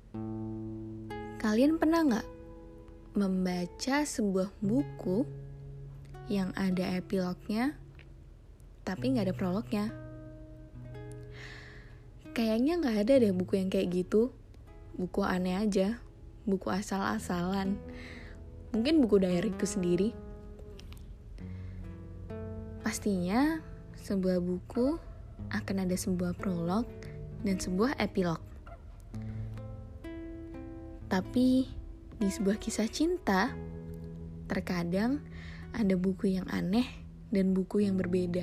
Kalian pernah gak membaca sebuah buku yang ada epilognya tapi gak ada prolognya? Kayaknya gak ada deh buku yang kayak gitu. Buku aneh aja, buku asal-asalan. Mungkin buku diaryku sendiri. Pastinya sebuah buku akan ada sebuah prolog dan sebuah epilog. Tapi di sebuah kisah cinta, terkadang ada buku yang aneh dan buku yang berbeda.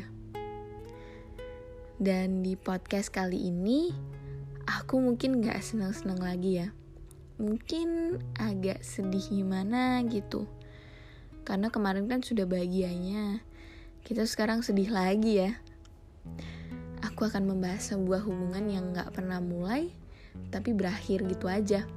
Dan di podcast kali ini, aku mungkin gak senang-senang lagi ya. Mungkin agak sedih gimana gitu. Karena kemarin kan sudah bahagianya. Kita sekarang sedih lagi ya. Aku akan membahas sebuah hubungan yang gak pernah mulai, tapi berakhir gitu aja.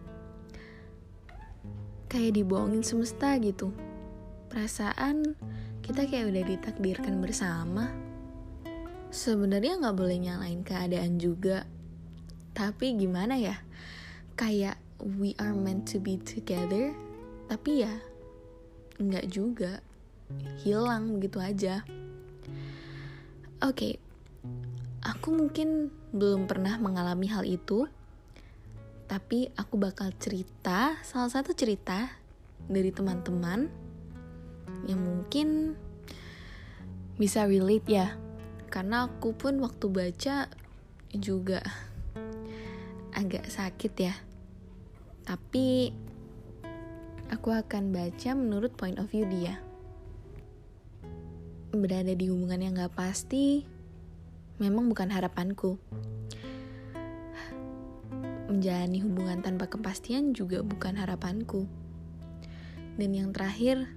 Kayak dibohongin semesta gitu. Perasaan kita kayak udah ditakdirkan bersama. Sebenarnya gak boleh nyalain keadaan juga. Tapi gimana ya? Kayak we are meant to be together. Tapi ya enggak juga. Hilang begitu aja. Oke. Aku mungkin belum pernah mengalami hal itu. Tapi aku bakal cerita salah satu cerita dari teman-teman yang mungkin bisa relate ya. Karena aku pun waktu baca juga agak sakit ya. Tapi aku akan baca menurut point of view dia. Berada di hubungan yang gak pasti memang bukan harapanku. Menjalani hubungan tanpa kepastian juga bukan harapanku. Dan yang terakhir,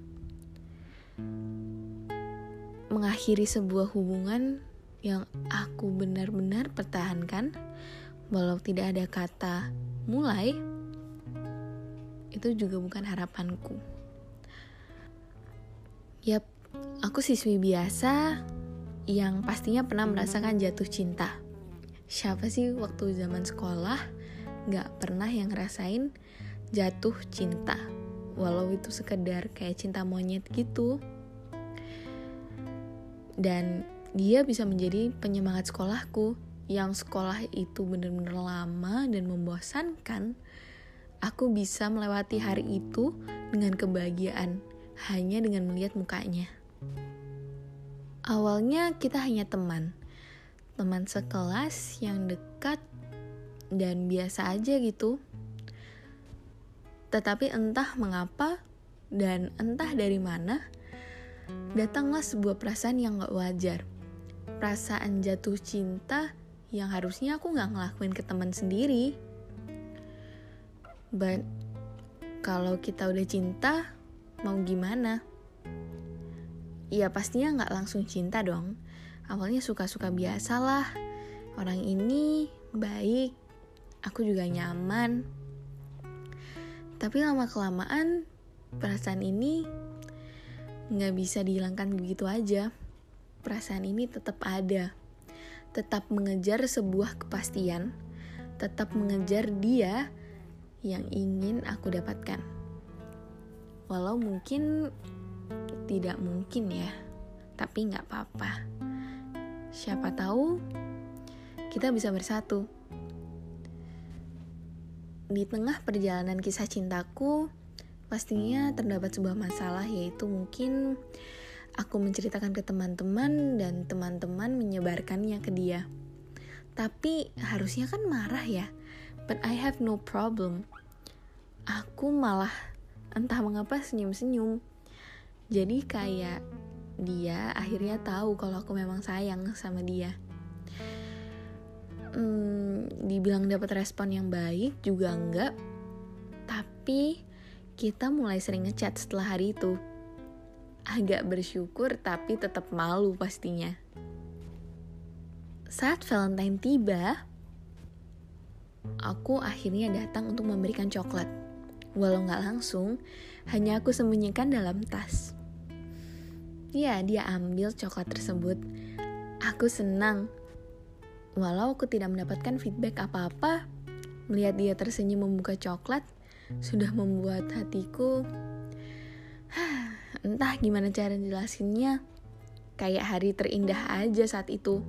mengakhiri sebuah hubungan yang aku benar-benar pertahankan walau tidak ada kata mulai, itu juga bukan harapanku. Yap, aku siswi biasa yang pastinya pernah merasakan jatuh cinta. Siapa sih waktu zaman sekolah gak pernah yang ngerasain jatuh cinta, walau itu sekedar kayak cinta monyet gitu. Dan dia bisa menjadi penyemangat sekolahku. Yang sekolah itu benar-benar lama dan membosankan. Aku bisa melewati hari itu dengan kebahagiaan hanya dengan melihat mukanya. Awalnya kita hanya teman sekelas yang dekat dan biasa aja gitu. Tetapi entah mengapa dan entah dari mana, datanglah sebuah perasaan yang gak wajar. Perasaan jatuh cinta yang harusnya aku gak ngelakuin ke teman sendiri. But kalau kita udah cinta, mau gimana? Ya pastinya gak langsung cinta dong. Awalnya suka-suka biasa lah. Orang ini baik, aku juga nyaman. Tapi lama-kelamaan perasaan ini gak bisa dihilangkan begitu aja. Perasaan ini tetap ada. Tetap mengejar sebuah kepastian. Tetap mengejar dia yang ingin aku dapatkan. Walau mungkin tidak mungkin ya. Tapi gak apa-apa. Siapa tahu kita bisa bersatu. Di tengah perjalanan kisah cintaku, pastinya terdapat sebuah masalah, yaitu mungkin aku menceritakan ke teman-teman dan teman-teman menyebarkannya ke dia. Tapi harusnya kan marah ya, but I have no problem. Aku malah entah mengapa senyum-senyum. Jadi kayak dia akhirnya tahu kalau aku memang sayang sama dia. Dibilang dapat respon yang baik juga enggak. Tapi kita mulai sering ngechat setelah hari itu. Agak bersyukur tapi tetap malu pastinya. Saat Valentine tiba, aku akhirnya datang untuk memberikan coklat. Walau gak langsung, hanya aku sembunyikan dalam tas. Ya, dia ambil coklat tersebut. Aku senang. Walau aku tidak mendapatkan feedback apa-apa, Melihat dia tersenyum membuka coklat sudah membuat hatiku entah gimana cara jelasinnya, kayak hari terindah aja saat itu.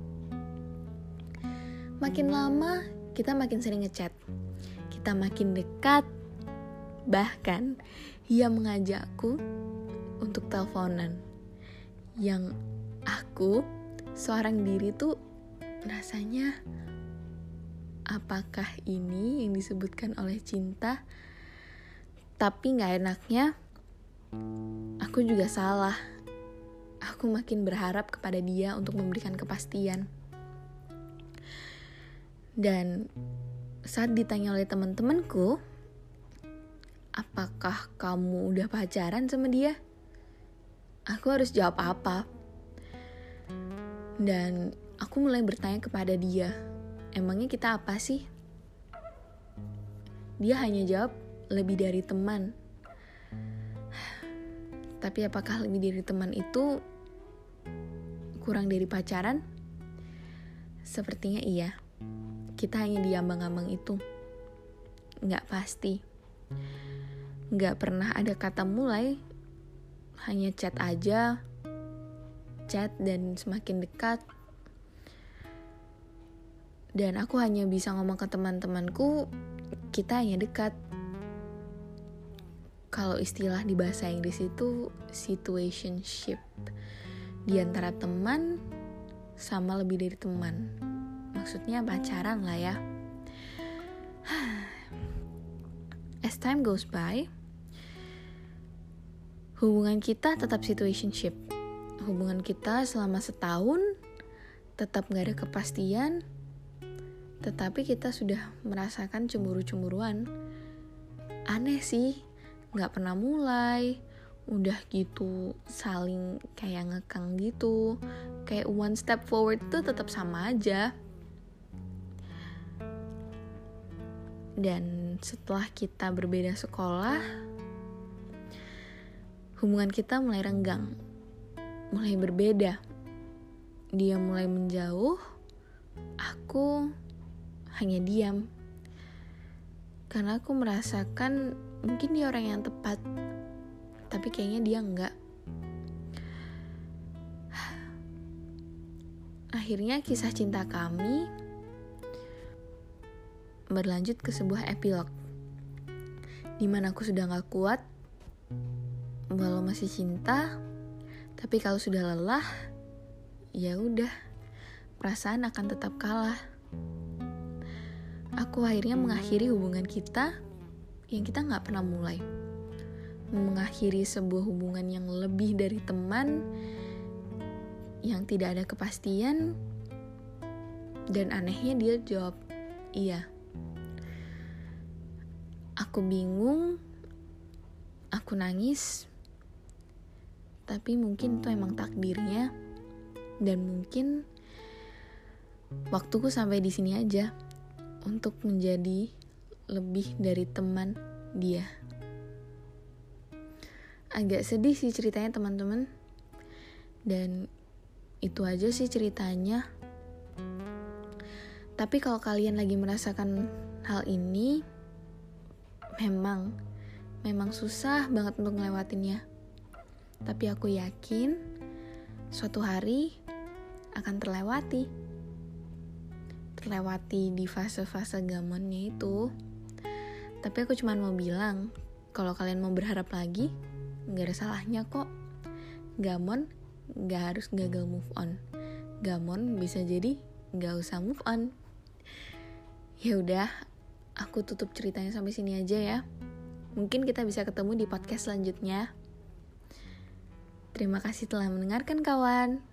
Makin lama kita makin sering ngechat, kita makin dekat, bahkan ia mengajakku untuk teleponan. Yang aku seorang diri tuh rasanya, apakah ini yang disebutkan oleh cinta? Tapi gak enaknya, aku juga salah. Aku makin berharap kepada dia untuk memberikan kepastian. Dan saat ditanya oleh teman-temanku, apakah kamu udah pacaran sama dia? Aku harus jawab apa? Dan aku mulai bertanya kepada dia, emangnya kita apa sih? Dia hanya jawab, lebih dari teman. Tapi apakah lebih dari teman itu kurang dari pacaran? Sepertinya iya. Kita hanya di ambang-ambang itu. Nggak pasti. Nggak pernah ada kata mulai. Hanya chat aja. Chat dan semakin dekat. Dan aku hanya bisa ngomong ke teman-temanku, kita hanya dekat. Kalau istilah di bahasa Inggris itu situationship, di antara teman sama lebih dari teman. Maksudnya pacaran lah ya. As time goes by, hubungan kita tetap situationship. Hubungan kita selama setahun tetap gak ada kepastian, tetapi kita sudah merasakan cemburu-cemburuan. Aneh sih, gak pernah mulai, udah gitu saling kayak ngekang gitu, kayak one step forward tuh tetap sama aja. Dan setelah kita berbeda sekolah, hubungan kita mulai renggang, mulai berbeda. Dia mulai menjauh, aku hanya diam. Karena aku merasakan mungkin dia orang yang tepat, tapi kayaknya dia enggak. Akhirnya kisah cinta kami berlanjut ke sebuah epilog, dimana aku sudah gak kuat, walau masih cinta, tapi kalau sudah lelah, ya udah, perasaan akan tetap kalah. Aku akhirnya mengakhiri hubungan kita yang kita gak pernah mulai. Mengakhiri sebuah hubungan yang lebih dari teman, yang tidak ada kepastian, dan anehnya dia jawab, iya. Aku bingung, aku nangis, tapi mungkin itu emang takdirnya, dan mungkin waktuku sampai di sini aja untuk menjadi lebih dari teman dia. Agak sedih sih ceritanya teman-teman, dan itu aja sih ceritanya. Tapi kalau kalian lagi merasakan hal ini, memang susah banget untuk ngelewatinnya. Tapi aku yakin suatu hari akan terlewati di fase-fase gamonnya itu. Tapi aku cuma mau bilang, kalau kalian mau berharap lagi, gak ada salahnya kok. Gamon gak harus gagal move on. Gamon bisa jadi gak usah move on. Ya udah, aku tutup ceritanya sampai sini aja ya. Mungkin kita bisa ketemu di podcast selanjutnya. Terima kasih telah mendengarkan kawan.